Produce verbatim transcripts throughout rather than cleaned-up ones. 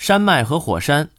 山脉和火山。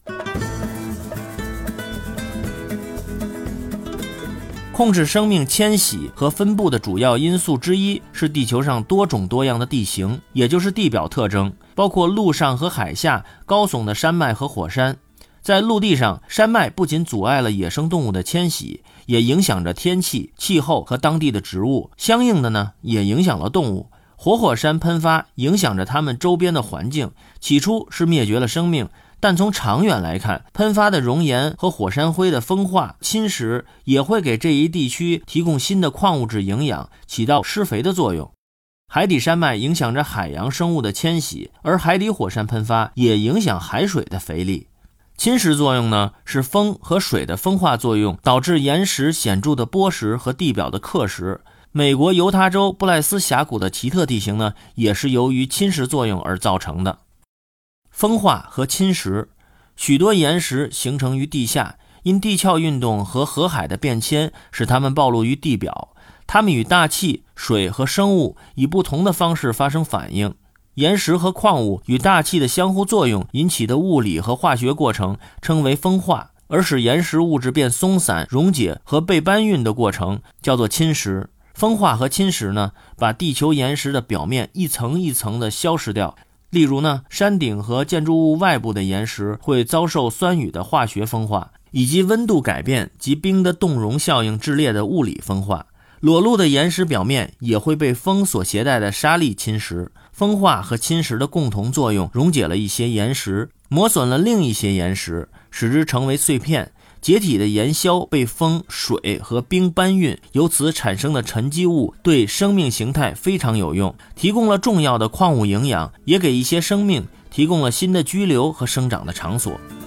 控制生命迁徙和分布的主要因素之一是地球上多种多样的地形，也就是地表特征，包括陆上和海下高耸的山脉和火山。在陆地上，山脉不仅阻碍了野生动物的迁徙，也影响着天气、气候和当地的植物，相应的呢，也影响了动物。活火山喷发影响着它们周边的环境，起初是灭绝了生命，但从长远来看，喷发的熔岩和火山灰的风化侵蚀也会给这一地区提供新的矿物质营养，起到施肥的作用。海底山脉影响着海洋生物的迁徙，而海底火山喷发也影响海水的肥力。侵蚀作用呢，是风和水的风化作用导致岩石显著的剥蚀和地表的刻蚀。美国犹他州布莱斯峡谷的奇特地形呢，也是由于侵蚀作用而造成的。风化和侵蚀，许多岩石形成于地下，因地壳运动和河海的变迁使它们暴露于地表，它们与大气、水和生物以不同的方式发生反应。岩石和矿物与大气的相互作用引起的物理和化学过程称为风化，而使岩石物质变松散、溶解和被搬运的过程叫做侵蚀。风化和侵蚀呢，把地球岩石的表面一层一层的消蚀掉。例如呢，山顶和建筑物外部的岩石会遭受酸雨的化学风化，以及温度改变及冰的冻融效应剧烈的物理风化。裸露的岩石表面也会被风所携带的沙粒侵蚀。风化和侵蚀的共同作用溶解了一些岩石，磨损了另一些岩石，使之成为碎片。解体的岩硝被风、水和冰搬运，由此产生的沉积物对生命形态非常有用，提供了重要的矿物营养，也给一些生命提供了新的居留和生长的场所。